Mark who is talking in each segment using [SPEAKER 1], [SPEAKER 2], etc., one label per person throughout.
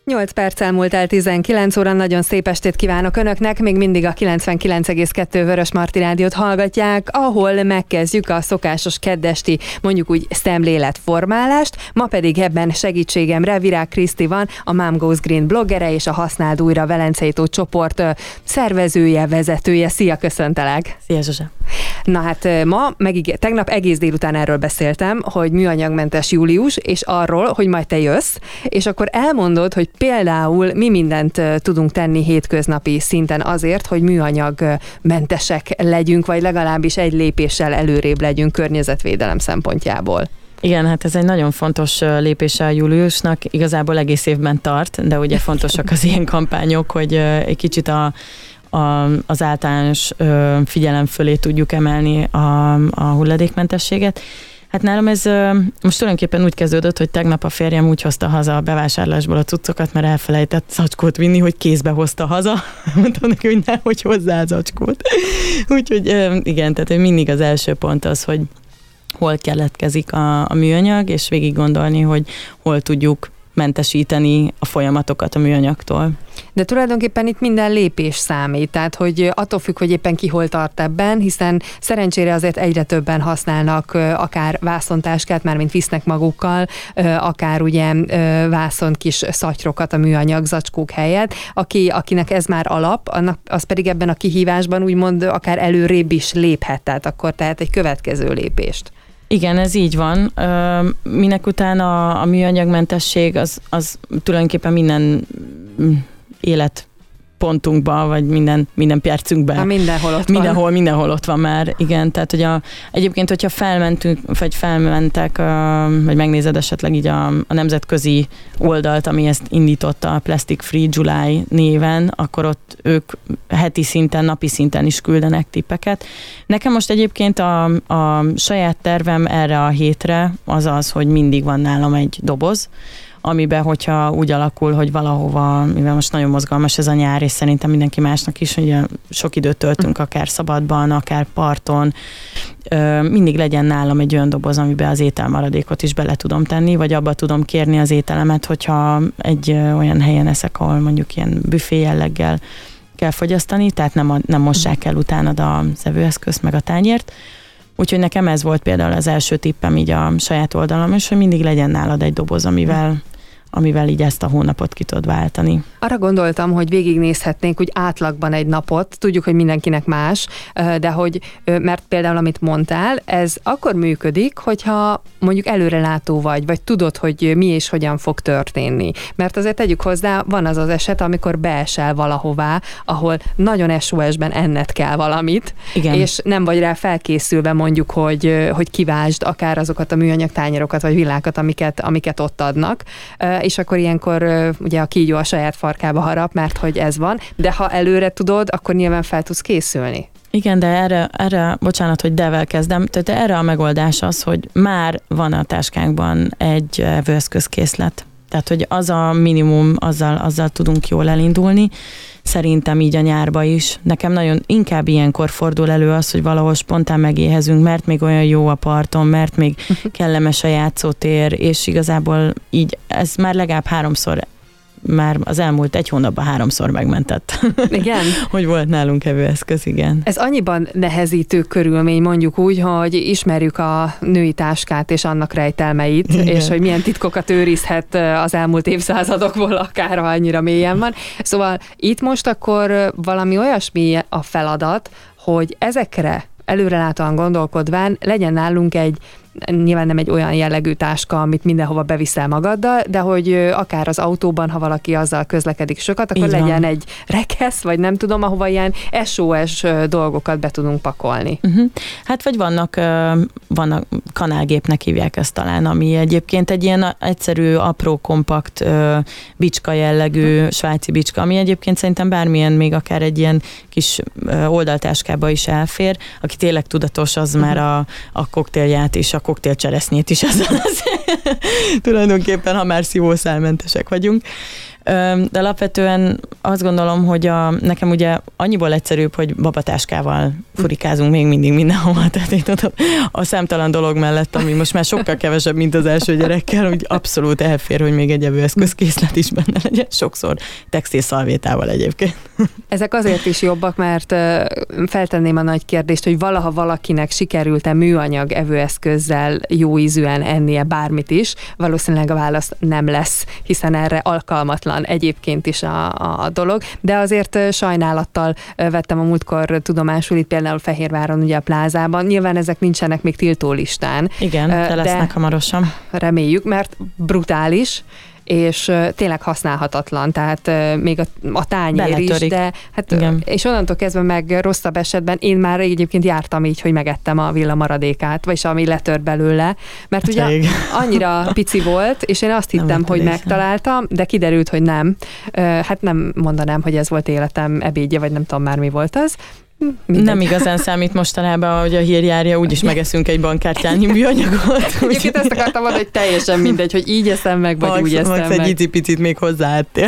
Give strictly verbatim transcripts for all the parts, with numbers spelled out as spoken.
[SPEAKER 1] nyolc perccel múlt el tizenkilenc óra, nagyon szép estét kívánok Önöknek, még mindig a kilencvenkilenc egész kettő Vörösmarty Rádiót hallgatják, ahol megkezdjük a szokásos keddesti, mondjuk úgy szemléletformálást, ma pedig ebben segítségemre Virág Kriszti van, a Mom Goes Green bloggere és a Használd Újra Velencei tó csoport szervezője, vezetője. Szia, köszöntelek!
[SPEAKER 2] Szia, Zsuzsa!
[SPEAKER 1] Na hát ma, meg tegnap egész délután erről beszéltem, hogy műanyagmentes július, és arról, hogy majd te jössz, és akkor elmondod, hogy például mi mindent tudunk tenni hétköznapi szinten azért, hogy műanyagmentesek legyünk, vagy legalábbis egy lépéssel előrébb legyünk környezetvédelem szempontjából.
[SPEAKER 2] Igen, hát ez egy nagyon fontos lépése a júliusnak, igazából egész évben tart, de ugye fontosak az ilyen kampányok, hogy egy kicsit a A, az általános ö, figyelem fölé tudjuk emelni a, a hulladékmentességet. Hát nálam ez ö, most tulajdonképpen úgy kezdődött, hogy tegnap a férjem úgy hozta haza a bevásárlásból a cuccokat, mert elfelejtett zacskót vinni, hogy kézbe hozta haza. Mondtam neki, hogy nehogy hozzá a zacskót. Úgyhogy ö, igen, tehát mindig az első pont az, hogy hol keletkezik a, a műanyag, és végig gondolni, hogy hol tudjuk mentesíteni a folyamatokat a műanyagtól.
[SPEAKER 1] De tulajdonképpen itt minden lépés számít, tehát hogy attól függ, hogy éppen ki hol tart ebben, hiszen szerencsére azért egyre többen használnak akár vászontáskát, mármint visznek magukkal, akár ugye vászon kis szatyrokat a műanyag zacskók helyett. Aki, akinek ez már alap, annak, az pedig ebben a kihívásban úgymond akár előrébb is léphet, tehát akkor tehet egy következő lépést.
[SPEAKER 2] Igen, ez így van. Minek után a, a műanyagmentesség az, az tulajdonképpen minden életpontunkban, vagy minden, minden percünkben.
[SPEAKER 1] Ha mindenhol ott
[SPEAKER 2] mindenhol,
[SPEAKER 1] van.
[SPEAKER 2] Mindenhol ott van már, igen. Tehát, hogy a, egyébként, hogyha felmentünk, vagy felmentek, vagy megnézed esetleg így a, a nemzetközi oldalt, ami ezt indította, a Plastic Free July néven, akkor ott ők heti szinten, napi szinten is küldenek tippeket. Nekem most egyébként a, a saját tervem erre a hétre az az, hogy mindig van nálam egy doboz, amiben, hogyha úgy alakul, hogy valahova, mivel most nagyon mozgalmas ez a nyár, és szerintem mindenki másnak is, hogy sok időt töltünk, akár szabadban, akár parton, mindig legyen nálam egy olyan doboz, amiben az ételmaradékot is bele tudom tenni, vagy abba tudom kérni az ételemet, hogyha egy olyan helyen eszek, ahol mondjuk ilyen büfé jelleggel kell fogyasztani, tehát nem, a, nem mossák el utánad az evőeszközt, meg a tányért. Úgyhogy nekem ez volt például az első tippem így a saját oldalam, és hogy mindig legyen nálad egy doboz, amivel, amivel így ezt a hónapot ki tudod váltani.
[SPEAKER 1] Arra gondoltam, hogy végignézhetnénk úgy átlagban egy napot, tudjuk, hogy mindenkinek más, de hogy, mert például amit mondtál, ez akkor működik, hogyha mondjuk előrelátó vagy, vagy tudod, hogy mi és hogyan fog történni. Mert azért tegyük hozzá, van az az eset, amikor beesel valahová, ahol nagyon es o es-ben enned kell valamit, igen. És nem vagy rá felkészülve mondjuk, hogy, hogy kivásd akár azokat a műanyag tányerokat, vagy villákat, amiket, amiket ott adnak, és akkor ilyenkor ugye a kígyó a saját farkába harap, mert hogy ez van, de ha előre tudod, akkor nyilván fel tudsz készülni.
[SPEAKER 2] Igen, de erre, erre bocsánat, hogy devel kezdem, tehát erre a megoldás az, hogy már van a táskánkban egy evőeszközkészlet. Tehát, hogy az a minimum, azzal, azzal tudunk jól elindulni. Szerintem így a nyárba is. Nekem nagyon inkább ilyenkor fordul elő az, hogy valahol spontán megéhezünk, mert még olyan jó a parton, mert még kellemes a játszótér, és igazából így ez már legalább háromszor már az elmúlt egy hónapban háromszor megmentett.
[SPEAKER 1] Igen?
[SPEAKER 2] Hogy volt nálunk evőeszköz, igen.
[SPEAKER 1] Ez annyiban nehezítő körülmény, mondjuk úgy, hogy ismerjük a női táskát és annak rejtelmeit, igen. És hogy milyen titkokat őrizhet az elmúlt évszázadokból, akár ha annyira mélyen van. Szóval itt most akkor valami olyasmi a feladat, hogy ezekre előrelátóan gondolkodván legyen nálunk egy, nyilván nem egy olyan jellegű táska, amit mindenhova beviszel magaddal, de hogy akár az autóban, ha valaki azzal közlekedik sokat, akkor legyen egy rekesz, vagy nem tudom, ahova ilyen es o es dolgokat be tudunk pakolni. Uh-huh.
[SPEAKER 2] Hát vagy vannak, vannak kanálgépnek hívják ezt talán, ami egyébként egy ilyen egyszerű, apró, kompakt bicska jellegű uh-huh. svájci bicska, ami egyébként szerintem bármilyen, még akár egy ilyen kis oldaltáskába is elfér. Aki tényleg tudatos, az uh-huh. már a, a koktélját is, a koktélcseresznyét is ezzel Tulajdonképpen, ha már szívószálmentesek vagyunk. De alapvetően azt gondolom, hogy a, nekem ugye annyiból egyszerűbb, hogy babatáskával furikázunk még mindig mindenhol, tehát én tudom, a számtalan dolog mellett, ami most már sokkal kevesebb, mint az első gyerekkel, úgy abszolút elfér, hogy még egy evőeszközkészlet is benne legyen, sokszor textil szalvétával egyébként.
[SPEAKER 1] Ezek azért is jobbak, mert feltenném a nagy kérdést, hogy valaha valakinek sikerült-e műanyag evőeszközzel jó ízűen ennie bármit is, valószínűleg a válasz nem lesz, hiszen erre alkalmatlan egyébként is a, a dolog, de azért sajnálattal vettem a múltkor tudomásul itt például Fehérváron, ugye a plázában. Nyilván ezek nincsenek még tiltólistán.
[SPEAKER 2] Igen, de lesznek hamarosan.
[SPEAKER 1] Reméljük, mert brutális, és tényleg használhatatlan, tehát még a, a tányér Beletörik. is, de hát, igen. És onnantól kezdve meg rosszabb esetben én már egyébként jártam így, hogy megettem a villamaradékát, vagyis ami letört belőle, mert ugye Elég. annyira pici volt, és én azt hittem, hogy megtaláltam, de kiderült, hogy nem. Hát nem mondanám, hogy ez volt életem ebédje, vagy nem tudom már mi volt az. Minden.
[SPEAKER 2] Nem igazán számít mostanában, hogy a hír járja, úgyis megeszünk egy bankkártyányi műanyagot.
[SPEAKER 1] Egyébként ezt akartam mondani, hogy teljesen mindegy, hogy így eszem meg, vagy max, úgy eszem max meg.
[SPEAKER 2] Max egy icipicit még hozzáadtél.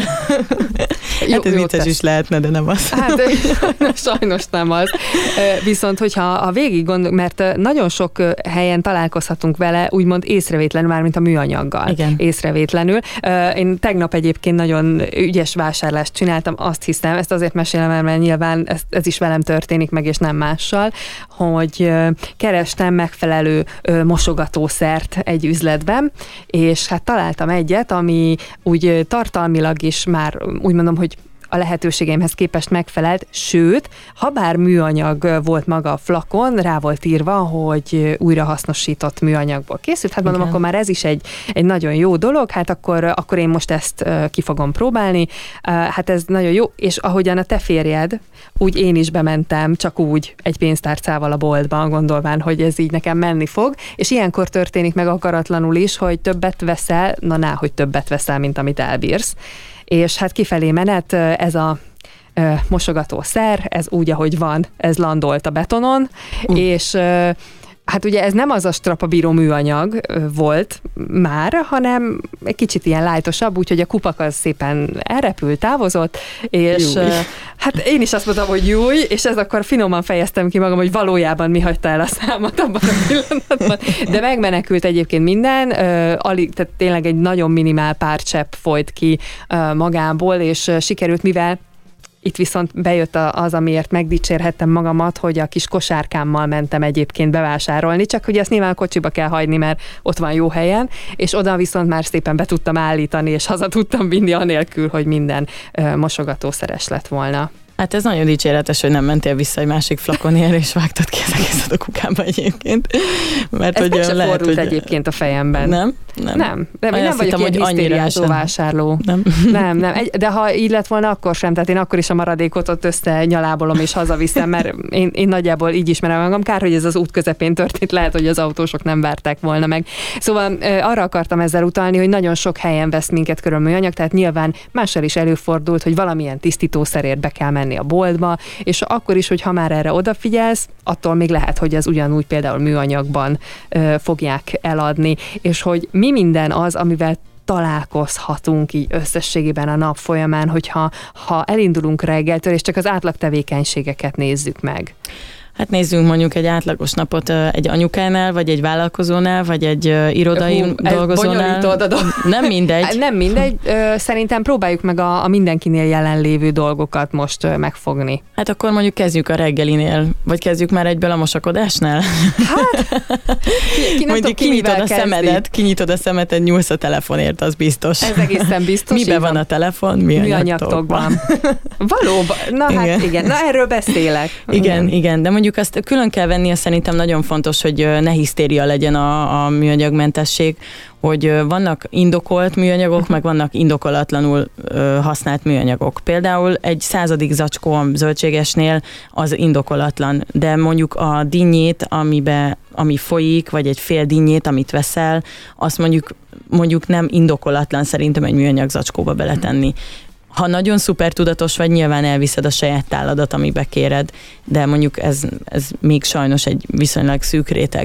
[SPEAKER 2] Hát ez vicces is lehetne, de nem az.
[SPEAKER 1] Hát sajnos nem az. Viszont, hogyha a végig gondolunk, mert nagyon sok helyen találkozhatunk vele, úgymond észrevétlenül, mármint a műanyaggal.
[SPEAKER 2] Igen.
[SPEAKER 1] Észrevétlenül. Én tegnap egyébként nagyon ügyes vásárlást csináltam, azt hiszem, ezt azért mesélem el, mert nyilván ez, ez is velem történik meg, és nem mással, hogy kerestem megfelelő mosogatószert egy üzletben, és hát találtam egyet, ami úgy tartalmilag is már úgy mondom, hogy a lehetőségeimhez képest megfelelt, sőt, ha bár műanyag volt maga a flakon, rá volt írva, hogy újrahasznosított műanyagból készült, hát mondom, Igen. akkor már ez is egy, egy nagyon jó dolog, hát akkor, akkor én most ezt ki fogom próbálni, hát ez nagyon jó, és ahogyan a te férjed, úgy én is bementem, csak úgy egy pénztárcával a boltban, gondolván, hogy ez így nekem menni fog, és ilyenkor történik meg akaratlanul is, hogy többet veszel, na ná, hogy többet veszel, mint amit elbírsz. És hát kifelé menet ez a ö, mosogatószer, ez úgy, ahogy van, ez landolt a betonon, uh. és ö, hát ugye ez nem az a strapabíró műanyag volt már, hanem egy kicsit ilyen lájtosabb, úgyhogy a kupak az szépen elrepült, távozott, és Júj. hát én is azt mondtam, hogy júj, és ez akkor finoman fejeztem ki magam, hogy valójában mi hagyta el a számot abban a pillanatban. De megmenekült egyébként minden, alig, tehát tényleg egy nagyon minimál pár csepp folyt ki magából, és sikerült, mivel itt viszont bejött az, amiért megdicsérhettem magamat, hogy a kis kosárkámmal mentem egyébként bevásárolni, csak hogy ezt nyilván a kocsiba kell hagyni, mert ott van jó helyen, és oda viszont már szépen be tudtam állítani, és haza tudtam vinni anélkül, hogy minden mosogatószeres lett volna.
[SPEAKER 2] Hát ez nagyon dicséretes, hogy nem mentél vissza egy másik flakonért, és vágtad ki az egészet a kukába egyébként.
[SPEAKER 1] Mert ez hogy meg lehet, fordult hogy... egyébként a fejemben.
[SPEAKER 2] Nem?
[SPEAKER 1] Nem. Nem, de én nem vagyok ilyen hisztériázó vásárló.
[SPEAKER 2] Nem.
[SPEAKER 1] nem, nem. De ha így lett volna, akkor sem. Tehát én akkor is a maradékot ott össze nyalábolom és hazaviszem, mert én, én nagyjából így ismerem magam. Kár, hogy ez az út közepén történt, lehet, hogy az autósok nem várták volna meg. Szóval arra akartam ezzel utalni, hogy nagyon sok helyen vesz minket körül műanyag, tehát nyilván mással is előfordult, hogy valamilyen tisztítószerért be kell menni a boltba, és akkor is, hogy ha már erre odafigyelsz, attól még lehet, hogy ez ugyanúgy például műanyagban ö, fogják eladni, és hogy mi minden az, amivel találkozhatunk így összességében a nap folyamán, hogyha ha elindulunk reggeltől, és csak az átlag tevékenységeket nézzük meg.
[SPEAKER 2] Hát nézzünk mondjuk egy átlagos napot egy anyukánál, vagy egy vállalkozónál, vagy egy uh, irodai Hú, dolgozónál. Nem mindegy.
[SPEAKER 1] Nem mindegy. Szerintem próbáljuk meg a, a mindenkinél jelenlévő dolgokat most megfogni.
[SPEAKER 2] Hát akkor mondjuk kezdjük a reggelinél, vagy kezdjük már egyből a mosakodásnál? Hát, ki, ki mondjuk ki kinyitod a kezdi. szemedet, kinyitod a szemedet, nyúlsz a telefonért, az biztos.
[SPEAKER 1] Ez egészen biztos.
[SPEAKER 2] Miben van a telefon?
[SPEAKER 1] Műanyagtokban. Valóban. Na igen. hát igen, na erről beszélek.
[SPEAKER 2] Igen, igen, igen, de mondjuk azt külön kell venni, azt szerintem nagyon fontos, hogy ne hisztéria legyen a, a műanyagmentesség, hogy vannak indokolt műanyagok, meg vannak indokolatlanul ö, használt műanyagok. Például egy századik zacskó a zöldségesnél az indokolatlan, de mondjuk a dinnyét, amibe, ami folyik, vagy egy fél dinnyét, amit veszel, azt mondjuk, mondjuk nem indokolatlan szerintem egy műanyag zacskóba beletenni. Ha nagyon szuper tudatos vagy, nyilván elviszed a saját táladat, amibe kéred, de mondjuk ez, ez még sajnos egy viszonylag szűk réteg.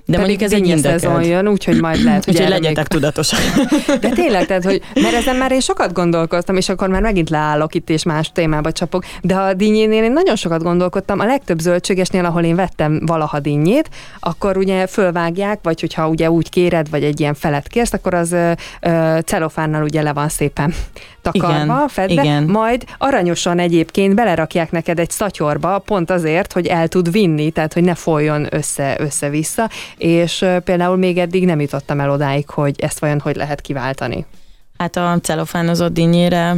[SPEAKER 2] De mondjuk ez egy
[SPEAKER 1] szezon jön, úgyhogy majd lehet, hogy
[SPEAKER 2] úgyhogy legyetek még... tudatosak.
[SPEAKER 1] De tényleg, tehát, hogy, mert ezen már én sokat gondolkoztam, és akkor már megint leállok itt, és más témába csapok, de a dinnyénél én nagyon sokat gondolkodtam, a legtöbb zöldségesnél, ahol én vettem valaha dinnyét, akkor ugye fölvágják, vagy hogyha ugye úgy kéred, vagy egy ilyen felet kérsz, akkor az ö, ö, celofánnal ugye le van szépen takarva, igen, fedve, igen. Majd aranyosan egyébként belerakják neked egy szatyorba, pont azért, hogy el tud vinni, tehát hogy ne folyjon össze, össze-vissza, és például még eddig nem jutottam el odáig, hogy ezt vajon hogy lehet kiváltani.
[SPEAKER 2] Hát a celofánozott dinnyére,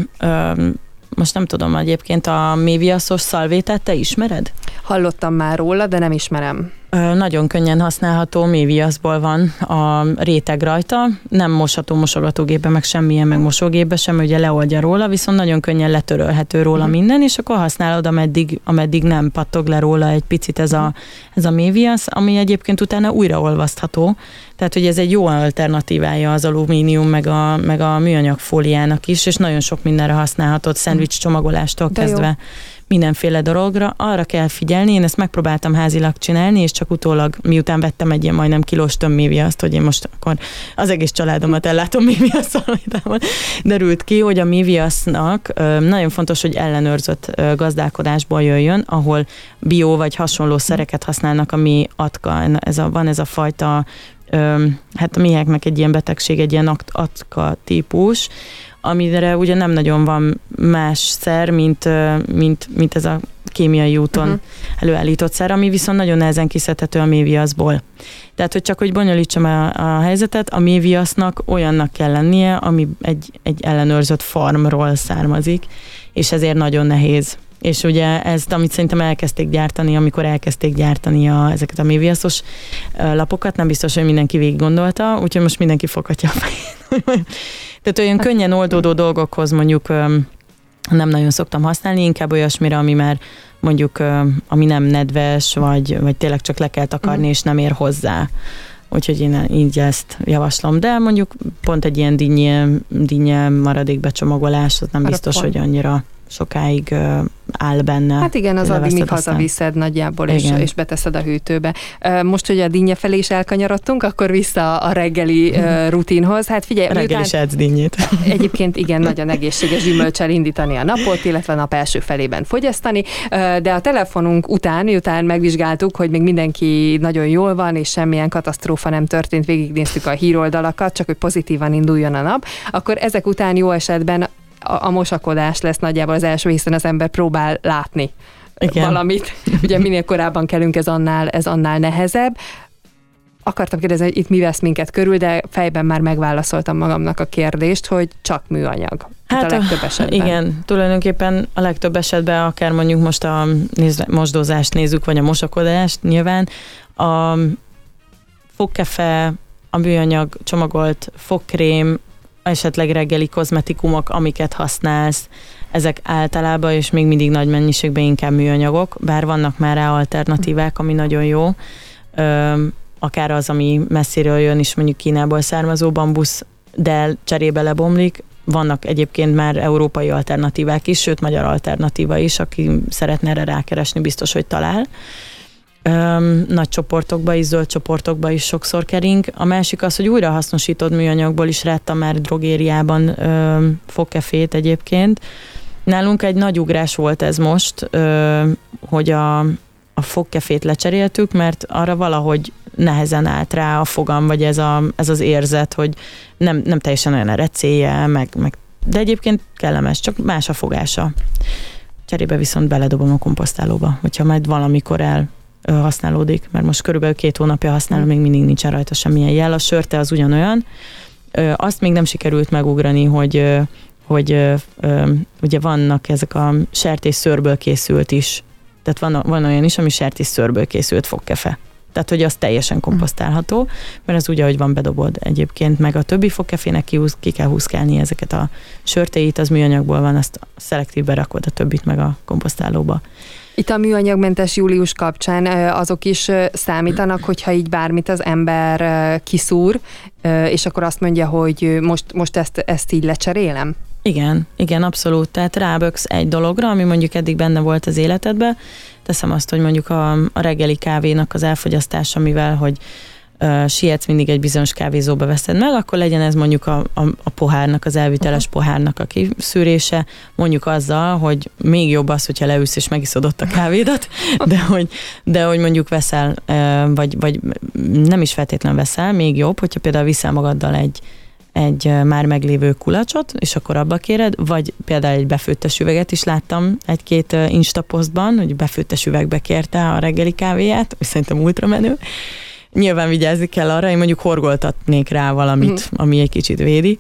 [SPEAKER 2] most nem tudom, egyébként a méviaszos szalvétát te ismered?
[SPEAKER 1] Hallottam már róla, de nem ismerem.
[SPEAKER 2] Nagyon könnyen használható, méviaszból van a réteg rajta, nem mosható mosogatógépbe, meg semmilyen meg mosógépbe sem, ugye leoldja róla, viszont nagyon könnyen letörölhető róla uh-huh. minden, és akkor használod, ameddig, ameddig nem pattog le róla egy picit ez a, ez a méviasz, ami egyébként utána újraolvasztható, tehát hogy ez egy jó alternatívája az alumínium, meg a, meg a műanyag fóliának is, és nagyon sok mindenre használhatod, szendvics csomagolástól de kezdve. Jó. Mindenféle dologra, arra kell figyelni, én ezt megpróbáltam házilag csinálni, és csak utólag, miután vettem egy ilyen majdnem kilós tömbméviaszt, hogy én most akkor az egész családomat ellátom méviaszszalvétával, derült ki, hogy a méviasznak nagyon fontos, hogy ellenőrzött gazdálkodásból jöjjön, ahol bio vagy hasonló szereket használnak, ami atka, ez a, van ez a fajta, hát a méheknek egy ilyen betegség, egy ilyen atka típus, amire ugye nem nagyon van más szer, mint, mint, mint ez a kémiai úton uh-huh. előállított szer, ami viszont nagyon nehezen kiszedhető a méviaszból. Tehát, hogy csak hogy bonyolítsam a, a helyzetet, a méviasznak olyannak kell lennie, ami egy, egy ellenőrzött farmról származik, és ezért nagyon nehéz. És ugye ezt, amit szerintem elkezdték gyártani, amikor elkezdték gyártani a, ezeket a méviaszos lapokat, nem biztos, hogy mindenki végig gondolta, úgyhogy most mindenki foghatja a fejét. Tehát olyan könnyen oldódó dolgokhoz mondjuk nem nagyon szoktam használni, inkább olyasmire, ami már mondjuk, ami nem nedves, vagy, vagy tényleg csak le kell takarni, mm. és nem ér hozzá. Úgyhogy én így ezt javaslom. De mondjuk pont egy ilyen dinnye, dinnye maradék becsomagolás, az nem hát biztos, hogy annyira sokáig uh, áll benne.
[SPEAKER 1] Hát igen, az addig, míg hazaviszed nagyjából, és, és beteszed a hűtőbe. Most, hogy a dinnye felé is elkanyarodtunk, akkor vissza a reggeli uh, rutinhoz. Hát figyelj,
[SPEAKER 2] reggel is edz dinnyét.
[SPEAKER 1] Egyébként igen, nagyon egészséges gyümölccsel indítani a napot, illetve a nap első felében fogyasztani, de a telefonunk után, miután megvizsgáltuk, hogy még mindenki nagyon jól van, és semmilyen katasztrófa nem történt, végignéztük a híroldalakat, csak hogy pozitívan induljon a nap, akkor ezek után jó esetben a mosakodás lesz nagyjából az első, hiszen az ember próbál látni igen. valamit. Ugye minél korábban kelünk, ez annál, ez annál nehezebb. Akartam kérdezni, hogy itt mi vesz minket körül, de fejben már megválaszoltam magamnak a kérdést, hogy csak műanyag. Hát a legtöbb esetben.
[SPEAKER 2] Igen, tulajdonképpen a legtöbb esetben, akár mondjuk most a néz, mosdózást nézzük, vagy a mosakodást nyilván, a fogkefe, a műanyag csomagolt fogkrém, esetleg reggeli kozmetikumok, amiket használsz, ezek általában, és még mindig nagy mennyiségben inkább műanyagok, bár vannak már rá alternatívák, ami nagyon jó. Ö, akár az, ami messziről jön is, mondjuk Kínából származó bambusz, de cserébe lebomlik. Vannak egyébként már európai alternatívák is, sőt magyar alternatíva is, aki szeretne erre rákeresni, biztos, hogy talál. Öm, nagy csoportokba is, zöld csoportokba is sokszor kering. A másik az, hogy újra hasznosított műanyagból is láttam már drogériában öm, fogkefét egyébként. Nálunk egy nagy ugrás volt ez most, öm, hogy a, a fogkefét lecseréltük, mert arra valahogy nehezen állt rá a fogam, vagy ez, a, ez az érzet, hogy nem, nem teljesen olyan a recélye, meg, meg, de egyébként kellemes, csak más a fogása. Cserébe viszont beledobom a komposztálóba, hogyha majd valamikor el használódik, mert most körülbelül két hónapja használom, még mindig nincsen rajta semmilyen jel. A sörte az ugyanolyan. Azt még nem sikerült megugrani, hogy, hogy ugye vannak ezek a sertésszőrből készült is. Tehát van, van olyan is, ami sertésszőrből készült fogkefe. Tehát, hogy az teljesen komposztálható, mert az úgy, ahogy van, bedobod egyébként, meg a többi fogkefének ki, ki kell húszkálni ezeket a sörtéit, az műanyagból van, azt szelektívbe rakod a többit meg a komposztálóba.
[SPEAKER 1] Itt a műanyagmentes július kapcsán azok is számítanak, hogyha így bármit az ember kiszúr, és akkor azt mondja, hogy most, most ezt, ezt így lecserélem?
[SPEAKER 2] Igen, igen, abszolút. Tehát ráböksz egy dologra, ami mondjuk eddig benne volt az életedben. Teszem azt, hogy mondjuk a, a reggeli kávénak az elfogyasztása, mivel hogy uh, sietsz, mindig egy bizonyos kávézóba veszed meg, akkor legyen ez mondjuk a, a, a pohárnak, az elviteles uh-huh. pohárnak a kiszűrése, mondjuk azzal, hogy még jobb az, hogyha leülsz és megiszod ott a kávédat, de hogy, de hogy mondjuk veszel, uh, vagy, vagy nem is feltétlenül veszel, még jobb, hogyha például viszel magaddal egy egy már meglévő kulacsot, és akkor abba kéred, vagy például egy befőttes üveget is láttam egy-két Insta posztban, hogy befőttes üvegbe kérte a reggeli kávéját, és szerintem ultra menő. Nyilván vigyázni kell arra, én mondjuk horgoltatnék rá valamit, mm. ami egy kicsit védi.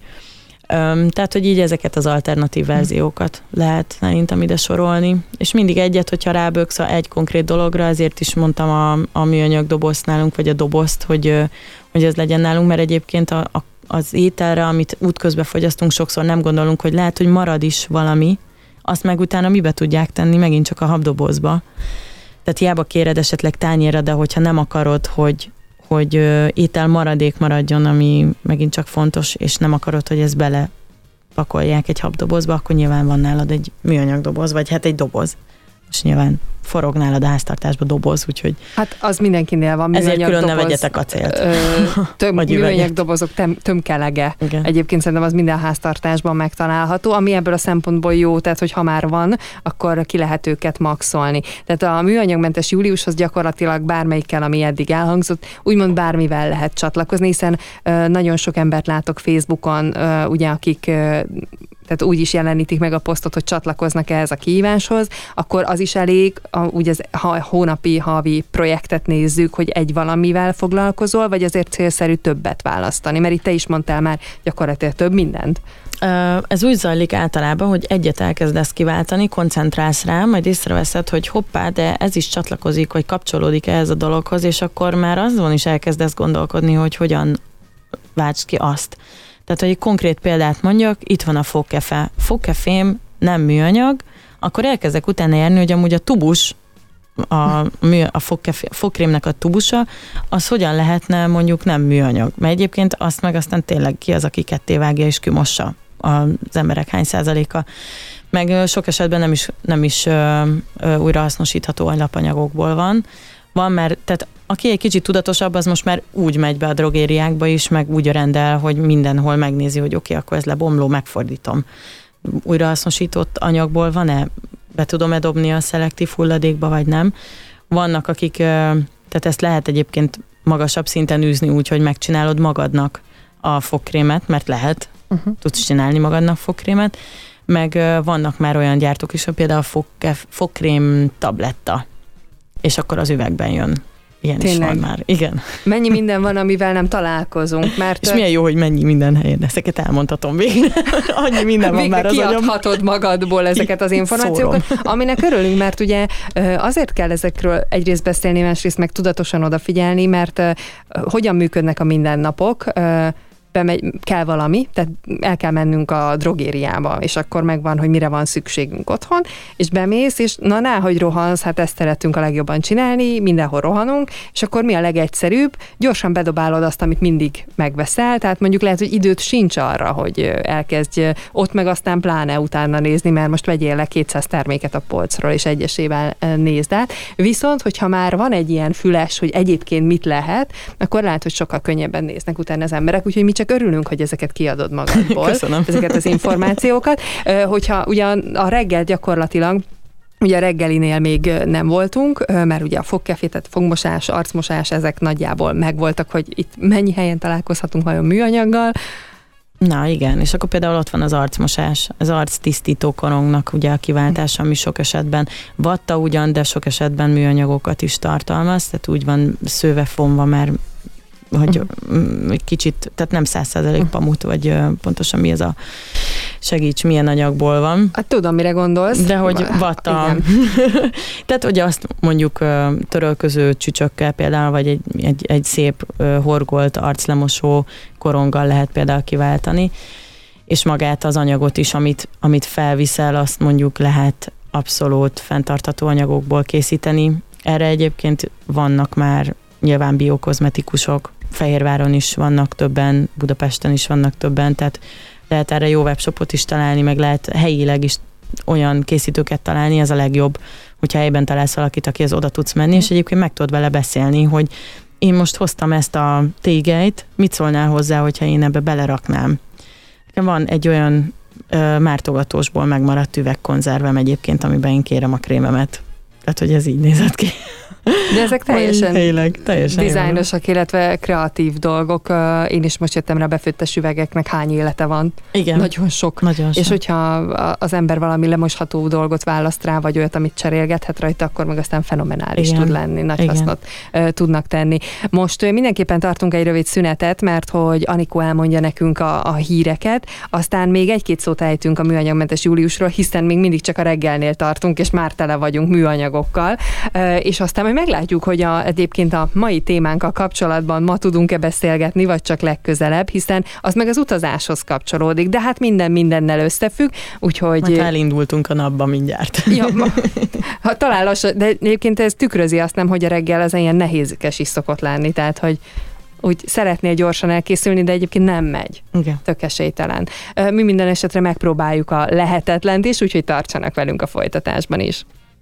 [SPEAKER 2] Um, tehát, hogy így ezeket az alternatív verziókat lehet szerintem ide sorolni, és mindig egyet, hogyha ráböksz egy konkrét dologra, ezért is mondtam a, a műanyag dobozt nálunk, vagy a dobozt, hogy, hogy ez legyen nálunk, mert egyébként a, a az ételre, amit útközben fogyasztunk, sokszor nem gondolunk, hogy lehet, hogy marad is valami, azt meg utána mibe tudják tenni, megint csak a habdobozba. Tehát hiába kéred esetleg tányérra, de hogyha nem akarod, hogy, hogy étel maradék maradjon, ami megint csak fontos, és nem akarod, hogy ezt bele pakolják egy habdobozba, akkor nyilván van nálad egy műanyag doboz, vagy hát egy doboz. És nyilván forog nálad a háztartásba doboz, úgyhogy...
[SPEAKER 1] Hát az mindenkinél van műanyag
[SPEAKER 2] ezért külön
[SPEAKER 1] doboz.
[SPEAKER 2] Ne vegyetek acélt.
[SPEAKER 1] Töm, műanyag dobozok töm, tömkelege. Igen. Egyébként szerintem az minden háztartásban megtalálható, ami ebből a szempontból jó, tehát hogy ha már van, akkor ki lehet őket maxolni. Tehát a műanyagmentes júliushoz gyakorlatilag bármelyikkel, ami eddig elhangzott, úgymond bármivel lehet csatlakozni, hiszen nagyon sok embert látok Facebookon, ugye, akik tehát úgy is jelenítik meg a posztot, hogy csatlakoznak ehhez a kihíváshoz, akkor az is elég, úgy az ha, hónapi, havi projektet nézzük, hogy egy valamivel foglalkozol, vagy azért célszerű többet választani, mert itt te is mondtál már gyakorlatilag több mindent.
[SPEAKER 2] Ez úgy zajlik általában, hogy egyet elkezdesz kiváltani, koncentrálsz rá, majd észreveszed, hogy hoppá, de ez is csatlakozik, vagy kapcsolódik ehhez a dologhoz, és akkor már azon is elkezdesz gondolkodni, hogy hogyan válts ki azt. Tehát, hogy egy konkrét példát mondjak, itt van a fogkefe. Fogkefém nem műanyag, akkor elkezdek utána járni, hogy amúgy a tubus, a, a fogkefe, fogkrémnek a tubusa, az hogyan lehetne mondjuk nem műanyag. Mert egyébként azt meg aztán tényleg ki az, aki ketté vágja és kimossa az emberek hány százaléka. Meg sok esetben nem is, nem is ö, ö, újrahasznosítható alapanyagokból van. Van, mert tehát aki egy kicsit tudatosabb, az most már úgy megy be a drogériákba is, meg úgy rendel, hogy mindenhol megnézi, hogy oké, okay, akkor ez lebomló, megfordítom. Újrahasznosított anyagból van-e? Be tudom-e dobni a szelektív hulladékba, vagy nem? Vannak, akik, tehát ezt lehet egyébként magasabb szinten űzni úgy, hogy megcsinálod magadnak a fogkrémet, mert lehet, uh-huh. tudsz csinálni magadnak fogkrémet, meg vannak már olyan gyártók is, hogy például a fogkrém tabletta, és akkor az üvegben jön. Ilyen Tényleg. Is van már. Igen.
[SPEAKER 1] Mennyi minden van, amivel nem találkozunk, mert...
[SPEAKER 2] És milyen jó, hogy mennyi minden helyen. Ezeket elmondhatom végre. Annyi minden van már az agyam.
[SPEAKER 1] Kiadhatod magadból ezeket az információkat, szórom. Aminek örülünk, mert ugye azért kell ezekről egyrészt beszélni, másrészt meg tudatosan odafigyelni, mert hogyan működnek a mindennapok, bemegy, kell valami, tehát el kell mennünk a drogériába, és akkor megvan, hogy mire van szükségünk otthon, és bemész, és na ná, hogy rohansz, hát ezt szeretünk a legjobban csinálni, mindenhol rohanunk, és akkor mi a legegyszerűbb? Gyorsan bedobálod azt, amit mindig megveszel, tehát mondjuk lehet, hogy időt sincs arra, hogy elkezdj ott meg aztán pláne utána nézni, mert most vegyél le kétszáz terméket a polcról, és egyesével nézd át. Viszont, hogyha már van egy ilyen füles, hogy egyébként mit lehet, akkor lehet, hogy sokkal könnyebben néznek utána az emberek, úgyhogy mi csak örülünk, hogy ezeket kiadod magadból,
[SPEAKER 2] Köszönöm.
[SPEAKER 1] ezeket az információkat. Hogyha ugyan a reggel gyakorlatilag, ugye a reggelinél még nem voltunk, mert ugye a fogkefé, tehát fogmosás, arcmosás, ezek nagyjából megvoltak, hogy itt mennyi helyen találkozhatunk vajon műanyaggal.
[SPEAKER 2] Na igen, és akkor például ott van az arcmosás, az arctisztító korongnak ugye a kiváltása, ami sok esetben vatta ugyan, de sok esetben műanyagokat is tartalmaz, tehát úgy van szőve fonva már, hogy uh-huh. kicsit, tehát nem száz százalék pamut, vagy pontosan mi ez a segíts, milyen anyagból van.
[SPEAKER 1] Hát tudom, mire gondolsz.
[SPEAKER 2] De hogy vatta. Tehát ugye azt mondjuk törölköző csücsökkel például, vagy egy, egy, egy szép horgolt arclemosó koronggal lehet például kiváltani, és magát az anyagot is, amit, amit felviszel, azt mondjuk lehet abszolút fenntartható anyagokból készíteni. Erre egyébként vannak már nyilván biokozmetikusok, Fehérváron is vannak többen, Budapesten is vannak többen, tehát lehet erre jó webshopot is találni, meg lehet helyileg is olyan készítőket találni, ez a legjobb, hogyha helyben találsz valakit, akihez oda tudsz menni, és egyébként meg tudod vele beszélni, hogy én most hoztam ezt a tégelyt, mit szólnál hozzá, hogyha én ebbe beleraknám? Van egy olyan ö, mártogatósból megmaradt üvegkonzervem egyébként, amiben én kérem a krémemet. Tehát, hogy ez így nézett ki.
[SPEAKER 1] De ezek teljesen,
[SPEAKER 2] Helyileg, teljesen
[SPEAKER 1] dizájnosak, illetve kreatív dolgok. Én is most jöttem rá, a befőttes üvegeknek hány élete van.
[SPEAKER 2] Igen.
[SPEAKER 1] Nagyon sok.
[SPEAKER 2] Nagyon sok.
[SPEAKER 1] És hogyha az ember valami lemosható dolgot választ rá, vagy olyat, amit cserélgethet rajta, akkor meg aztán fenomenális
[SPEAKER 2] Igen.
[SPEAKER 1] tud lenni, nagy
[SPEAKER 2] Igen.
[SPEAKER 1] hasznot uh, tudnak tenni. Most uh, mindenképpen tartunk egy rövid szünetet, mert hogy Anikó elmondja nekünk a, a híreket, aztán még egy-két szót ejtünk a műanyagmentes júliusról, hiszen még mindig csak a reggelnél tartunk, és már tele vagyunk műanyagokkal, uh, és aztán majd meglátjuk, hogy a, egyébként a mai témánkkal kapcsolatban ma tudunk-e beszélgetni, vagy csak legközelebb, hiszen az meg az utazáshoz kapcsolódik, de hát minden mindennel összefügg, úgyhogy...
[SPEAKER 2] Majd elindultunk a napba mindjárt.
[SPEAKER 1] Ja, ma, ha talán lassan, de egyébként ez tükrözi azt nem, hogy a reggel az ilyen nehézkes is szokott lenni, tehát hogy úgy szeretnél gyorsan elkészülni, de egyébként nem megy.
[SPEAKER 2] Igen.
[SPEAKER 1] Tök esélytelen. Mi minden esetre megpróbáljuk a lehetetlent is, úgyhogy tartsanak velünk a folytatásban is.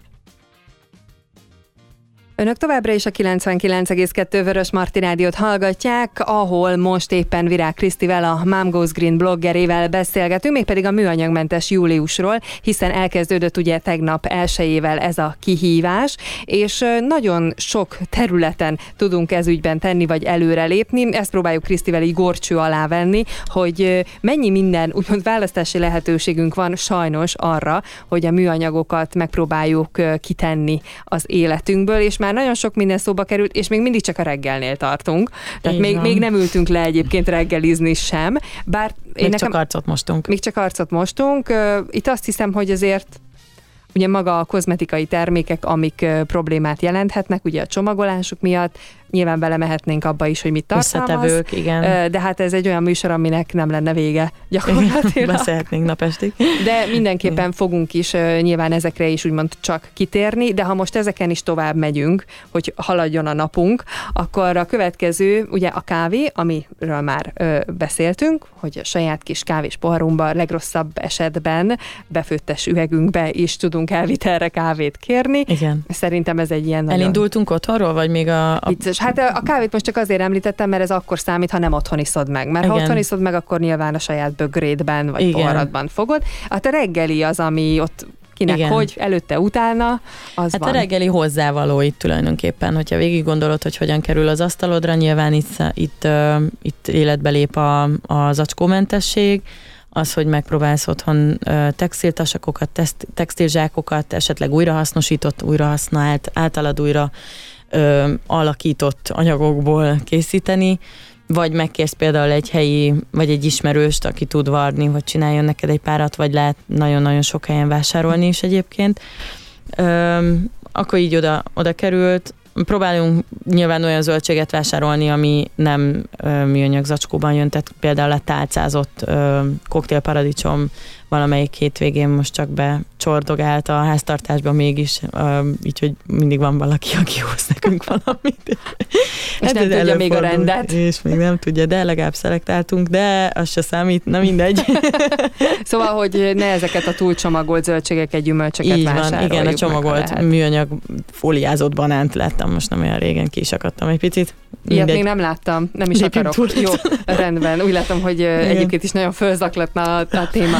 [SPEAKER 1] Önök továbbra is a kilencvenkilenc egész kettő Vörös Marti Rádiót hallgatják, ahol most éppen Virág Krisztivel, a Mom Goes Green bloggerével beszélgetünk, mégpedig a műanyagmentes júliusról, hiszen elkezdődött ugye tegnap elsejével ez a kihívás, és nagyon sok területen tudunk ez ügyben tenni, vagy előrelépni. Ezt próbáljuk Krisztivel így górcső alá venni, hogy mennyi minden úgymond választási lehetőségünk van sajnos arra, hogy a műanyagokat megpróbáljuk kitenni az életünkből, és már nagyon sok minden szóba került, és még mindig csak a reggelnél tartunk. Tehát még, még nem ültünk le egyébként reggelizni sem. Bár
[SPEAKER 2] még
[SPEAKER 1] nekem,
[SPEAKER 2] csak arcot mostunk.
[SPEAKER 1] Még csak arcot mostunk. Itt azt hiszem, hogy azért ugye maga a kozmetikai termékek, amik problémát jelenthetnek, ugye a csomagolásuk miatt, nyilván belemehetnénk abba is, hogy mit tartalmaz.
[SPEAKER 2] Összetevők, igen.
[SPEAKER 1] De hát ez egy olyan műsor, aminek nem lenne vége gyakorlatilag.
[SPEAKER 2] Beszélhetnénk napestig.
[SPEAKER 1] De mindenképpen igen. fogunk is nyilván ezekre is úgymond csak kitérni, de ha most ezeken is tovább megyünk, hogy haladjon a napunk, akkor a következő, ugye a kávé, amiről már ö, beszéltünk, hogy a saját kis kávés poharunkba legrosszabb esetben befőttes üvegünkbe is tudunk elvitelre kávét kérni.
[SPEAKER 2] Igen.
[SPEAKER 1] Szerintem ez egy ilyen
[SPEAKER 2] Elindultunk nagyon... otthonról, vagy még a... a...
[SPEAKER 1] Hát a kávét most csak azért említettem, mert ez akkor számít, ha nem otthon iszod meg. Mert igen. ha otthon iszod meg, akkor nyilván a saját bögrédben, vagy igen. poharadban fogod. Hát a reggeli az, ami ott kinek igen. hogy, előtte, utána, az
[SPEAKER 2] hát
[SPEAKER 1] van.
[SPEAKER 2] A reggeli hozzávaló itt tulajdonképpen, hogyha végig gondolod, hogy hogyan kerül az asztalodra, nyilván itt, itt, uh, itt életbe lép a, a zacskómentesség, az, hogy megpróbálsz otthon uh, textiltasakokat, textilzsákokat, esetleg újrahasznosított, újrahasznált, általad újra Ö, alakított anyagokból készíteni, vagy megkérsz például egy helyi, vagy egy ismerőst, aki tud varni, hogy csináljon neked egy párat, vagy lehet nagyon-nagyon sok helyen vásárolni is egyébként. Ö, akkor így oda, oda került. Próbálunk nyilván olyan zöldséget vásárolni, ami nem ö, műanyag zacskóban jön, tehát például a tálcázott ö, koktélparadicsom valamelyik hétvégén most csak becsordogált a háztartásba mégis, uh, így, hogy mindig van valaki, aki hoz nekünk valamit.
[SPEAKER 1] És hát nem tudja még a rendet.
[SPEAKER 2] És még nem tudja, de legalább szelektáltunk, de az se számít, na mindegy.
[SPEAKER 1] Szóval, hogy ne ezeket a túlcsomagolt zöldségeket, gyümölcsöket
[SPEAKER 2] így
[SPEAKER 1] vásároljuk.
[SPEAKER 2] Van, igen, a csomagolt műanyag fóliázott banánt láttam, most nem olyan régen ki is akadtam egy picit.
[SPEAKER 1] Ilyet még nem láttam, nem is
[SPEAKER 2] Lépjünk
[SPEAKER 1] akarok.
[SPEAKER 2] Túl.
[SPEAKER 1] Jó, rendben. Úgy látom, hogy igen. egyébként is nagyon fölzaklatna a, a téma.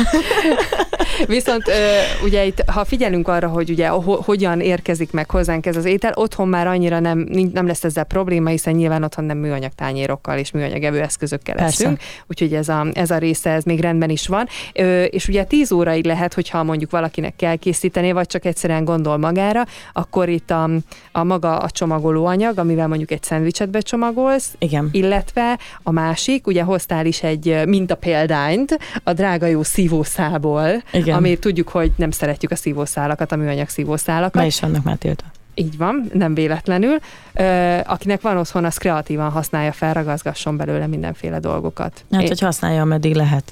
[SPEAKER 1] Viszont ugye itt, ha figyelünk arra, hogy ugye ho- hogyan érkezik meg hozzánk ez az étel, otthon már annyira nem, nem lesz ezzel probléma, hiszen nyilván otthon nem műanyag tányérokkal és műanyag evőeszközökkel leszünk, úgyhogy ez a, ez a része ez még rendben is van. És ugye tíz óraig lehet, hogyha mondjuk valakinek kell készíteni, vagy csak egyszerűen gondol magára, akkor itt a, a maga a csomagolóanyag, amivel mondjuk egy szendvicset becsomagolsz,
[SPEAKER 2] igen.
[SPEAKER 1] illetve a másik, ugye hoztál is egy mintapéldányt, a drága jó szívószálból, igen. ami tudjuk, hogy nem szeretjük a szívószálakat, a műanyag szívószálakat.
[SPEAKER 2] Be is vannak már tiltva.
[SPEAKER 1] Így van, nem véletlenül. Ö, akinek van otthon, az kreatívan használja fel, ragaszgasson belőle mindenféle dolgokat.
[SPEAKER 2] Hát,
[SPEAKER 1] Én...
[SPEAKER 2] hogy használja, ameddig lehet.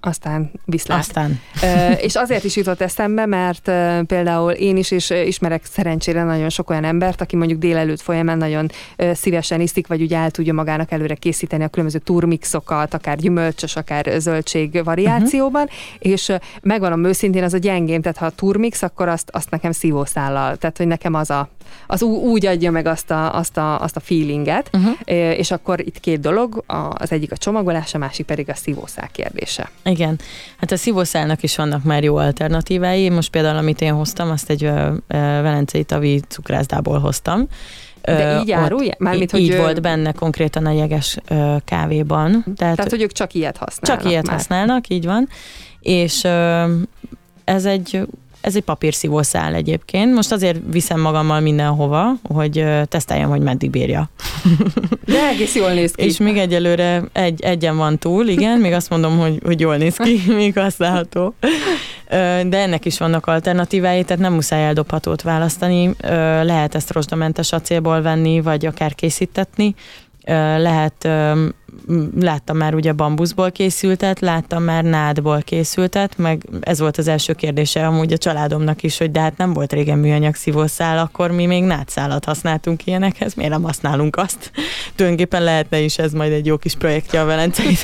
[SPEAKER 1] aztán viszlát.
[SPEAKER 2] Aztán.
[SPEAKER 1] És azért is jutott eszembe, mert például én is, és ismerek szerencsére nagyon sok olyan embert, aki mondjuk délelőtt folyamán nagyon szívesen iszik, vagy ugye el tudja magának előre készíteni a különböző turmixokat, akár gyümölcsös, akár zöldség variációban, uh-huh. és megvanom őszintén, az a gyengém, tehát ha a turmix, akkor azt, azt nekem szívószállal, tehát hogy nekem az a az úgy adja meg azt a, azt a, azt a feelinget, uh-huh. és akkor itt két dolog, az egyik a csomagolás, a másik pedig a szívószál kérdése.
[SPEAKER 2] Igen, hát a szívószálnak is vannak már jó alternatívái, most például amit én hoztam, azt egy uh, velencei tavi cukrászdából hoztam.
[SPEAKER 1] De így árulja? Mármint,
[SPEAKER 2] így
[SPEAKER 1] hogy
[SPEAKER 2] volt benne konkrétan a jeges uh, kávéban.
[SPEAKER 1] Tehát, Tehát, hogy ők csak ilyet használnak.
[SPEAKER 2] Csak ilyet
[SPEAKER 1] már.
[SPEAKER 2] használnak, így van. És uh, ez egy Ez egy papírszívószál egyébként. Most azért viszem magammal mindenhova, hogy teszteljem, hogy meddig bírja.
[SPEAKER 1] De egész jól néz ki.
[SPEAKER 2] És még egyelőre egy, egyen van túl, igen, még azt mondom, hogy, hogy jól néz ki, még használható. De ennek is vannak alternatívái, tehát nem muszáj eldobhatót választani. Lehet ezt rozsdamentes acélból venni, vagy akár készítetni. Lehet, láttam már ugye bambuszból készültet, láttam már nádból készültet, meg ez volt az első kérdése amúgy a családomnak is, hogy de hát nem volt régen műanyag szívószál, akkor mi még nádszálat használtunk ilyenekhez, miért nem használunk azt? Tulajdonképpen lehetne is ez majd egy jó kis projektje a Velencei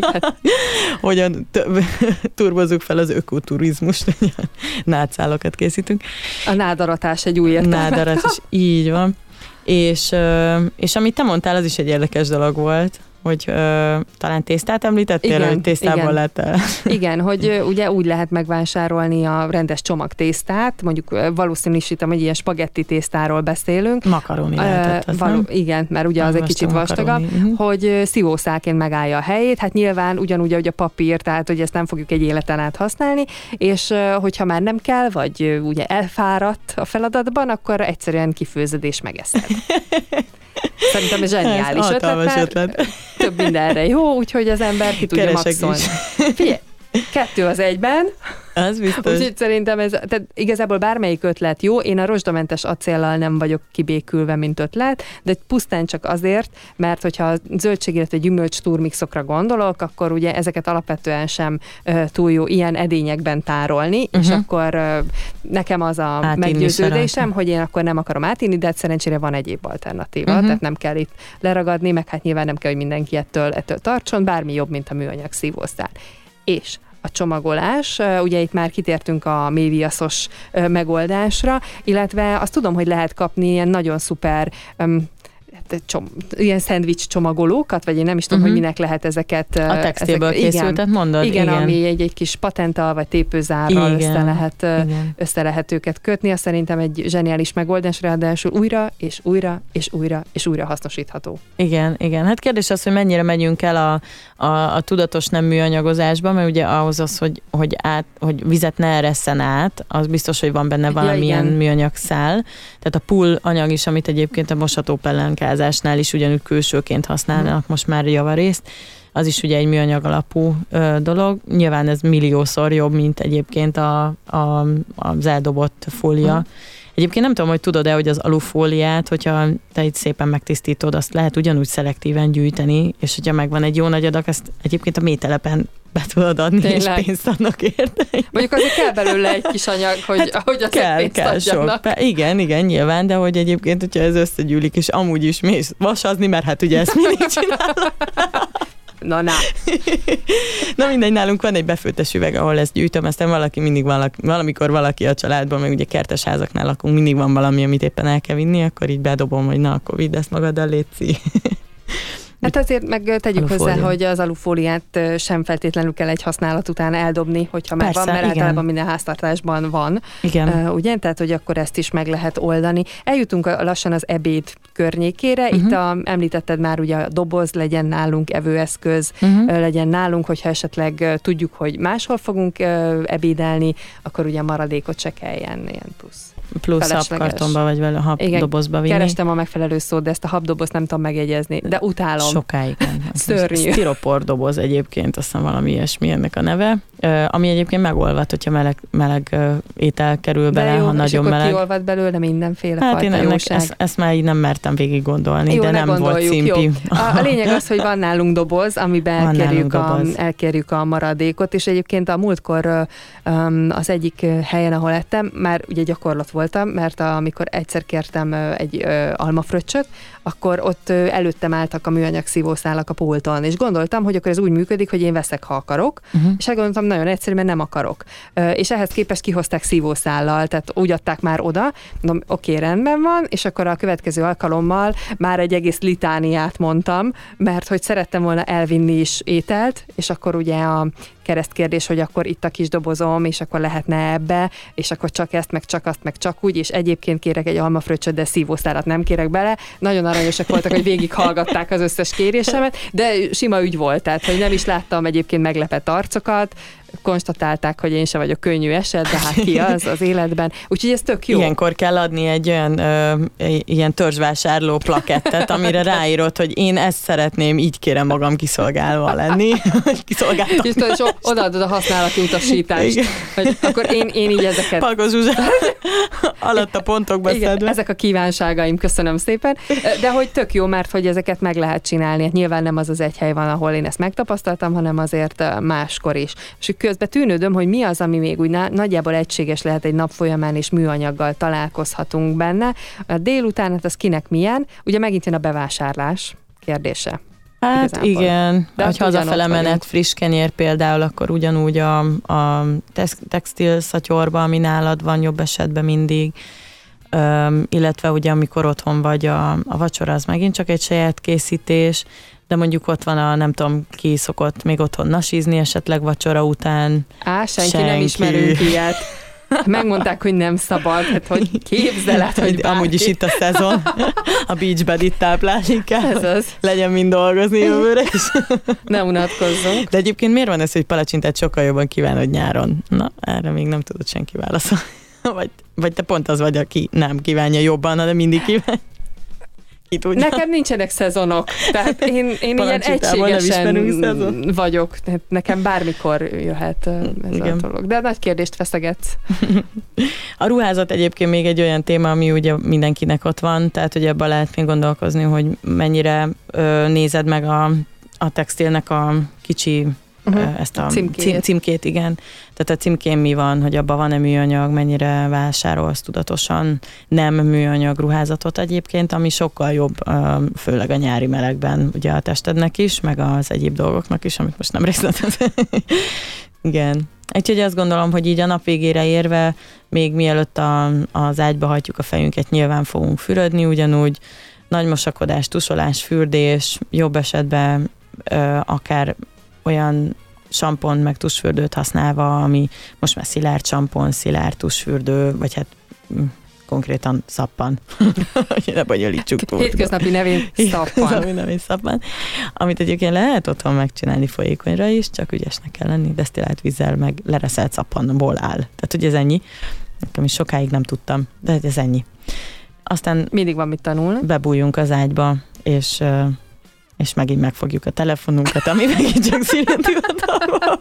[SPEAKER 2] hogyan turbozzuk fel az ökoturizmust, hogy a nádszálokat készítünk.
[SPEAKER 1] A nádaratás egy új értelme.
[SPEAKER 2] Nádaratás, így van. És, és amit te mondtál, az is egy érdekes dolog volt, hogy uh, talán tésztát említettél, igen, hogy tésztából lett.
[SPEAKER 1] Igen, hogy uh, ugye úgy lehet megvásárolni a rendes csomagtésztát, mondjuk uh, valószínűsítem, hogy ilyen spagetti tésztáról beszélünk.
[SPEAKER 2] Makaroni uh, lehetett, az való,
[SPEAKER 1] igen, mert ugye az egy kicsit vastagabb, uh-huh. hogy uh, szívószálként megállja a helyét, hát nyilván ugyanúgy, hogy a papír, tehát hogy ezt nem fogjuk egy életen át használni, és uh, hogyha már nem kell, vagy uh, ugye elfáradt a feladatban, akkor egyszerűen kifőzöd és megeszed. Szerintem ez zseniális
[SPEAKER 2] ez
[SPEAKER 1] ötlet,
[SPEAKER 2] ötlet.
[SPEAKER 1] Több mindenre jó, úgyhogy az ember ki tudja maxolni. Figyelj, kettő az egyben.
[SPEAKER 2] Az biztos.
[SPEAKER 1] Úgyhogy szerintem ez, tehát igazából bármelyik ötlet jó, én a rozsdamentes acéllal nem vagyok kibékülve, mint ötlet, de pusztán csak azért, mert hogyha a zöldség, illetve gyümölcs turmixokra gondolok, akkor ugye ezeket alapvetően sem uh, túl jó ilyen edényekben tárolni, uh-huh. és akkor uh, nekem az a átinni meggyőződésem, szerint. Hogy én akkor nem akarom átinni, de hát szerencsére van egyéb alternatíva, uh-huh. tehát nem kell itt leragadni, meg hát nyilván nem kell, hogy mindenki ettől, ettől tartson, bármi jobb, mint a műanyag szívószál. És a csomagolás, ugye itt már kitértünk a mélyviaszos megoldásra, illetve azt tudom, hogy lehet kapni ilyen nagyon szuper um, Csom, ilyen szendvics csomagolókat, vagy én nem is tudom, uh-huh. hogy minek lehet ezeket.
[SPEAKER 2] A textilből készültet mondod?
[SPEAKER 1] Igen, igen, ami egy, egy kis patenttal, vagy tépőzárral össze lehet, össze lehet őket kötni. Azt szerintem egy zseniális megoldás, ráadásul újra, és újra, és újra, és újra hasznosítható.
[SPEAKER 2] Igen, igen. Hát kérdés az, hogy mennyire megyünk el a, a, a tudatos nem műanyagozásba, mert ugye ahhoz az, hogy, hogy, át, hogy vizet ne eresszen át, az biztos, hogy van benne valamilyen ja, műanyag szál. Tehát a pull anyag is, amit egyébként a mosható pellenkázásnál is ugyanúgy külsőként használnak hmm. most már javarészt, az is ugye egy műanyag alapú ö, dolog. Nyilván ez milliószor jobb, mint egyébként a, a, az eldobott fólia. Hmm. Egyébként nem tudom, hogy tudod-e, hogy az alufóliát, hogyha te itt szépen megtisztítod, azt lehet ugyanúgy szelektíven gyűjteni, és hogyha megvan egy jó nagy adag, azt egyébként a mélytelepen be tudod adni, tényleg? És pénzt adnak érte.
[SPEAKER 1] Mondjuk azért kell belőle egy kis anyag, hogy, hát hogy azt kell, pénzt kell adjanak. Sok. Igen,
[SPEAKER 2] igen, nyilván, de hogy egyébként, hogyha ez összegyűlik, és amúgy is mész vasazni, mert hát ugye ezt mindig csinálom.
[SPEAKER 1] Na, na.
[SPEAKER 2] Na mindegy, nálunk van egy befőttes üveg, ahol ezt gyűjtöm, aztán valaki mindig valaki, valamikor valaki a családban, meg ugye kertes házaknál lakunk, mindig van valami, amit éppen el kell vinni, akkor így bedobom, hogy na, akkor vidd ezt magaddal, létszi.
[SPEAKER 1] Hát azért meg tegyük alufólia. Hozzá, hogy az alufóliát sem feltétlenül kell egy használat után eldobni, hogyha már van, mert igen. általában minden háztartásban van.
[SPEAKER 2] Igen.
[SPEAKER 1] Uh, ugye? Tehát, hogy akkor ezt is meg lehet oldani. Eljutunk lassan az ebéd környékére. Uh-huh. Itt a, említetted már, ugye a doboz, legyen nálunk evőeszköz, uh-huh. legyen nálunk, hogyha esetleg uh, tudjuk, hogy máshol fogunk uh, ebédelni, akkor ugye a maradékot se kelljen ilyen plusz
[SPEAKER 2] plusz
[SPEAKER 1] felesleges.
[SPEAKER 2] habkartonba, vagy vele habdobozba vinni.
[SPEAKER 1] Kerestem a megfelelő szót, de ezt a habdobozt nem tudom megjegyezni, de utálom.
[SPEAKER 2] Sokáig nem.
[SPEAKER 1] Szörnyű.
[SPEAKER 2] Sztiropor doboz egyébként, aztán valami ilyesmi ennek a neve, ami egyébként megolvad, hogyha meleg, meleg étel kerül bele,
[SPEAKER 1] de jó,
[SPEAKER 2] ha nagyon
[SPEAKER 1] és
[SPEAKER 2] meleg.
[SPEAKER 1] akkor kiolvad belőle mindenféle
[SPEAKER 2] hát
[SPEAKER 1] fajta
[SPEAKER 2] én ennek,
[SPEAKER 1] jóság.
[SPEAKER 2] ezt, ezt már így nem mertem végig gondolni,
[SPEAKER 1] jó,
[SPEAKER 2] de nem volt szimpi.
[SPEAKER 1] Jó. A, a lényeg az, hogy van nálunk doboz, amiben elkérjük a,
[SPEAKER 2] doboz.
[SPEAKER 1] elkérjük a maradékot, és egyébként a múltkor um, az egyik helyen, ahol ettem, már ugye gyakorlat voltam, mert amikor egyszer kértem egy uh, almafröccsöt, akkor ott uh, előttem álltak a műanyag szívószálak a pulton, és gondoltam, hogy akkor ez úgy működik, hogy én veszek, ha akarok, uh-huh. és gondoltam, nagyon egyszerű, mert nem akarok. Uh, és ehhez képest kihozták szívószállal, tehát úgy adták már oda, mondom, oké, okay, rendben van, és akkor a következő alkalommal már egy egész litániát mondtam, mert hogy szerettem volna elvinni is ételt, és akkor ugye a keresztkérdés, hogy akkor itt a kis dobozom, és akkor lehetne ebbe, és akkor csak ezt, meg csak azt, meg csak úgy, és egyébként kérek egy almafröccsöt, de szívószálat nem kérek bele. Nagyon aranyosak voltak, hogy végighallgatták az összes kérésemet, de sima ügy volt, tehát hogy nem is láttam egyébként meglepett arcokat, konstatálták, hogy én se vagyok könnyű eset, de hát ki az az életben. Úgyhogy ez tök jó.
[SPEAKER 2] Ilyenkor kell adni egy olyan ö, ilyen törzsvásárló plakettet, amire ráírod, hogy én ezt szeretném, így kérem magam kiszolgálva lenni. Kiszolgáltatni.
[SPEAKER 1] És tudod, és odaadod a használati utasítást. Hogy akkor én, én így ezeket...
[SPEAKER 2] Pagos Zsuzsa alatt a pontokba
[SPEAKER 1] igen,
[SPEAKER 2] szedve.
[SPEAKER 1] ezek a kívánságaim, köszönöm szépen. De hogy tök jó, mert hogy ezeket meg lehet csinálni. Hát nyilván nem az az egy hely van, ahol én ezt megtapasztaltam, hanem azért máskor is. És közben tűnődöm, hogy mi az, ami még úgy nagyjából egységes lehet egy nap folyamán, és műanyaggal találkozhatunk benne. A délután, hát az kinek milyen? Ugye megint jön a bevásárlás kérdése.
[SPEAKER 2] Hát igazából. Igen,
[SPEAKER 1] de
[SPEAKER 2] ha hazafele menet friss kenyér például, akkor ugyanúgy a, a textil szatyorba, ami nálad van jobb esetben mindig, Üm, illetve ugye amikor otthon vagy a, a vacsora, az megint csak egy saját készítés, de mondjuk ott van a, nem tudom, ki szokott még otthon nasizni esetleg vacsora után.
[SPEAKER 1] Á, senki, senki. nem ismerünk ilyet. Megmondták, hogy nem szabad, hát hogy képzeled, hogy bárki.
[SPEAKER 2] Amúgy is itt a szezon, a beachbed itt táplálik kell.
[SPEAKER 1] Ez az.
[SPEAKER 2] Legyen mind dolgozni jövőre is.
[SPEAKER 1] Ne unatkozzunk.
[SPEAKER 2] De egyébként miért van ez, hogy palacsintát sokkal jobban kívánod nyáron? Na, erre még nem tudod senki válaszolni. Vagy, vagy te pont az vagy, aki nem kívánja jobban, de mindig kívánja.
[SPEAKER 1] Nekem nincsenek szezonok, tehát én, én ilyen egységesen vagyok, tehát nekem bármikor jöhet ez igen. a dolog. De nagy kérdést feszegetsz.
[SPEAKER 2] A ruházat egyébként még egy olyan téma, ami ugye mindenkinek ott van, tehát ugye abban lehet még gondolkozni, hogy mennyire ö, nézed meg a, a textilnek a kicsi Uh-huh. ezt a
[SPEAKER 1] címkét.
[SPEAKER 2] Cím, címkét, igen. Tehát a címkén mi van, hogy abban van-e műanyag, mennyire vásárolsz tudatosan nem műanyag ruházatot egyébként, ami sokkal jobb, főleg a nyári melegben ugye a testednek is, meg az egyéb dolgoknak is, amit most nem részletez. Igen. Úgyhogy azt gondolom, hogy így a nap végére érve, még mielőtt a, az ágyba hajtjuk a fejünket, nyilván fogunk fürödni, ugyanúgy nagy mosakodás, tusolás, fürdés, jobb esetben akár olyan sampon meg tusfürdőt használva, ami most már szilárd sampon, szilárd tusfürdő, vagy hát mm, konkrétan szappan. Ne bonyolítsuk túl.
[SPEAKER 1] Hétköznapi nevén szappan.
[SPEAKER 2] Hétköznapi nevén szappan. Amit egyébként lehet otthon megcsinálni folyékonyra is, csak ügyesnek kell lenni, desztillált vízzel meg lereszelt szappanból áll. Tehát ugye ez ennyi. Nekem is sokáig nem tudtam, de ez ennyi. Aztán
[SPEAKER 1] mindig van mit tanulni.
[SPEAKER 2] Bebújjunk az ágyba, és és megint megfogjuk a telefonunkat, ami megint csak színhivatalban.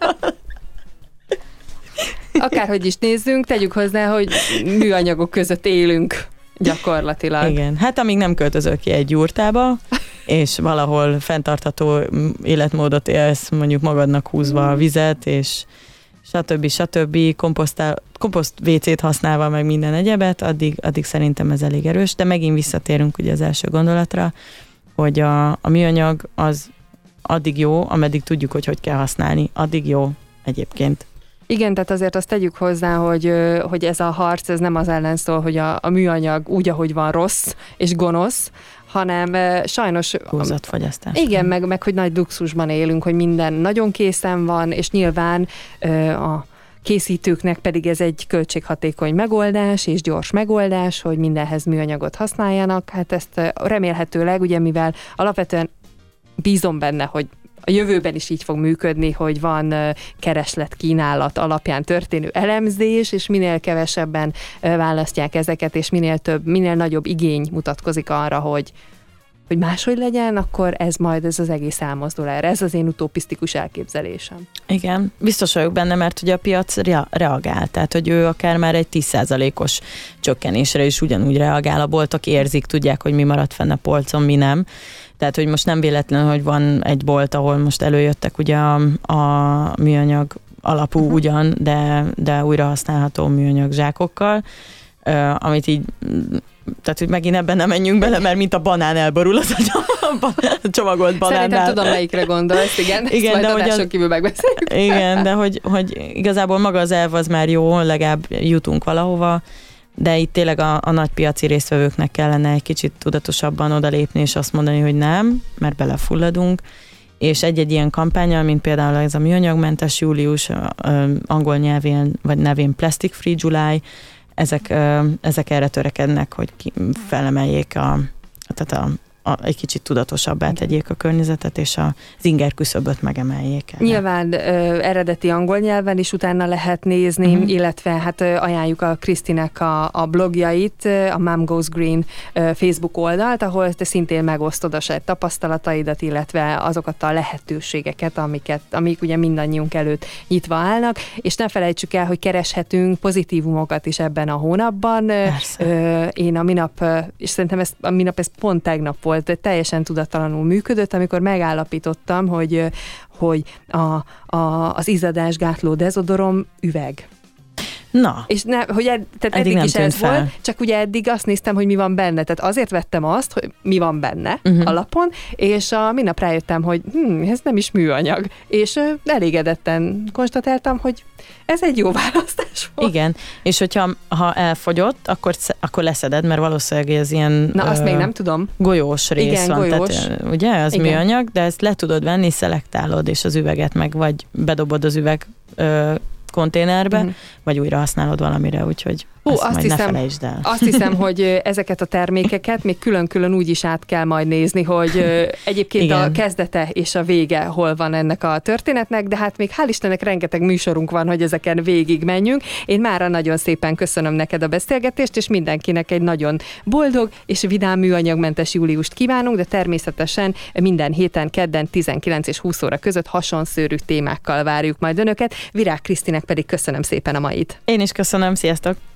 [SPEAKER 1] Akárhogy is nézzünk, tegyük hozzá, hogy műanyagok között élünk gyakorlatilag.
[SPEAKER 2] Igen, hát amíg nem költözöl ki egy jurtába, és valahol fenntartható életmódot élsz, mondjuk magadnak húzva a vizet, és stb. stb. komposzt vécét használva meg minden egyebet, addig, addig szerintem ez elég erős, de megint visszatérünk ugye az első gondolatra, hogy a, a műanyag az addig jó, ameddig tudjuk, hogy hogy kell használni. Addig jó egyébként.
[SPEAKER 1] Igen, tehát azért azt tegyük hozzá, hogy, hogy ez a harc, ez nem az ellen szól, hogy a, a műanyag úgy, ahogy van rossz és gonosz, hanem sajnos...
[SPEAKER 2] Húzatfogyasztás.
[SPEAKER 1] Igen, meg, meg hogy nagy luxusban élünk, hogy minden nagyon készen van, és nyilván a készítőknek pedig ez egy költséghatékony megoldás és gyors megoldás, hogy mindenhez műanyagot használjanak. Hát ezt remélhetőleg, ugye mivel alapvetően bízom benne, hogy a jövőben is így fog működni, hogy van kereslet-kínálat alapján történő elemzés, és minél kevesebben választják ezeket, és minél több, minél nagyobb igény mutatkozik arra, hogy hogy máshogy legyen, akkor ez majd ez az egész elmozdul erre. Ez az én utopisztikus elképzelésem.
[SPEAKER 2] Igen, biztos vagyok benne, mert ugye a piac rea- reagál, tehát hogy ő akár már egy tíz százalékos csökkenésre is ugyanúgy reagál, a boltok érzik, tudják, hogy mi maradt fenn a polcon, mi nem. Tehát, hogy most nem véletlen, hogy van egy bolt, ahol most előjöttek ugye a, a műanyag alapú uh-huh. ugyan, de, de újra használható műanyag zsákokkal, uh, amit így tehát, hogy megint ebben nem menjünk bele, mert mint a banán elborul az a csomagolt banánnál.
[SPEAKER 1] Szerintem tudom, melyikre gondolsz, igen.
[SPEAKER 2] Igen,
[SPEAKER 1] ezt
[SPEAKER 2] de
[SPEAKER 1] majd adáson
[SPEAKER 2] az...
[SPEAKER 1] kívül megbeszéljük.
[SPEAKER 2] Igen, de hogy, hogy igazából maga az elv az már jó, legalább jutunk valahova, de itt tényleg a, a nagy piaci résztvevőknek kellene egy kicsit tudatosabban odalépni, és azt mondani, hogy nem, mert belefulladunk, és egy-egy ilyen kampányal, mint például ez a műanyagmentes július, angol nyelvén vagy nevén Plastic Free July, Ezek, ezek erre törekednek, hogy felemeljék a, tehát a, a, egy kicsit tudatosabbá tegyék a környezetet, és az inger küszöböt megemeljék. Erre.
[SPEAKER 1] Nyilván ö, eredeti angol nyelven is utána lehet nézni, uh-huh. illetve hát ö, ajánljuk a Krisztinek a, a blogjait, a Mom Goes Green ö, Facebook oldalt, ahol te szintén megosztod a saját tapasztalataidat, illetve azokat a lehetőségeket, amiket, amik ugye mindannyiunk előtt nyitva állnak, és ne felejtsük el, hogy kereshetünk pozitívumokat is ebben a hónapban. Ö, én a minap, és szerintem ez, a minap ez pont tegnap volt, teljesen tudattalanul működött, amikor megállapítottam, hogy, hogy a, a, az izzadásgátló dezodorom üveg.
[SPEAKER 2] Na.
[SPEAKER 1] És ne, hogy ed, tehát eddig, eddig is ez fel. Volt, csak ugye eddig azt néztem, hogy mi van benne. Tehát azért vettem azt, hogy mi van benne uh-huh. alapon, és a minap rájöttem, hogy hm, ez nem is műanyag. És uh, elégedetten konstatáltam, hogy ez egy jó választás volt.
[SPEAKER 2] Igen, és hogyha ha elfogyott, akkor, akkor leszeded, mert valószínűleg ez ilyen
[SPEAKER 1] Na, azt ö, még nem tudom.
[SPEAKER 2] golyós rész
[SPEAKER 1] Igen,
[SPEAKER 2] van.
[SPEAKER 1] golyós.
[SPEAKER 2] Tehát, ugye, az Igen. műanyag, de ezt le tudod venni, szelektálod, és az üveget meg vagy bedobod az üveg ö, konténerbe, mm. vagy újra használod valamire, úgyhogy
[SPEAKER 1] Hú,
[SPEAKER 2] ezt
[SPEAKER 1] azt
[SPEAKER 2] majd
[SPEAKER 1] hiszem,
[SPEAKER 2] ne felejtsd el.
[SPEAKER 1] Azt hiszem, hogy ezeket a termékeket még külön-külön úgy is át kell majd nézni, hogy egyébként Igen. a kezdete és a vége hol van ennek a történetnek, de hát még hál' Istennek rengeteg műsorunk van, hogy ezeken végig menjünk. Én mára nagyon szépen köszönöm neked a beszélgetést, és mindenkinek egy nagyon boldog és vidám műanyagmentes júliust kívánunk, de természetesen minden héten kedden tizenkilenc és húsz óra között hasonszőrű témákkal várjuk majd önöket. Virág Krisztinek pedig köszönöm szépen a mait.
[SPEAKER 2] Én is köszönöm, sziasztok!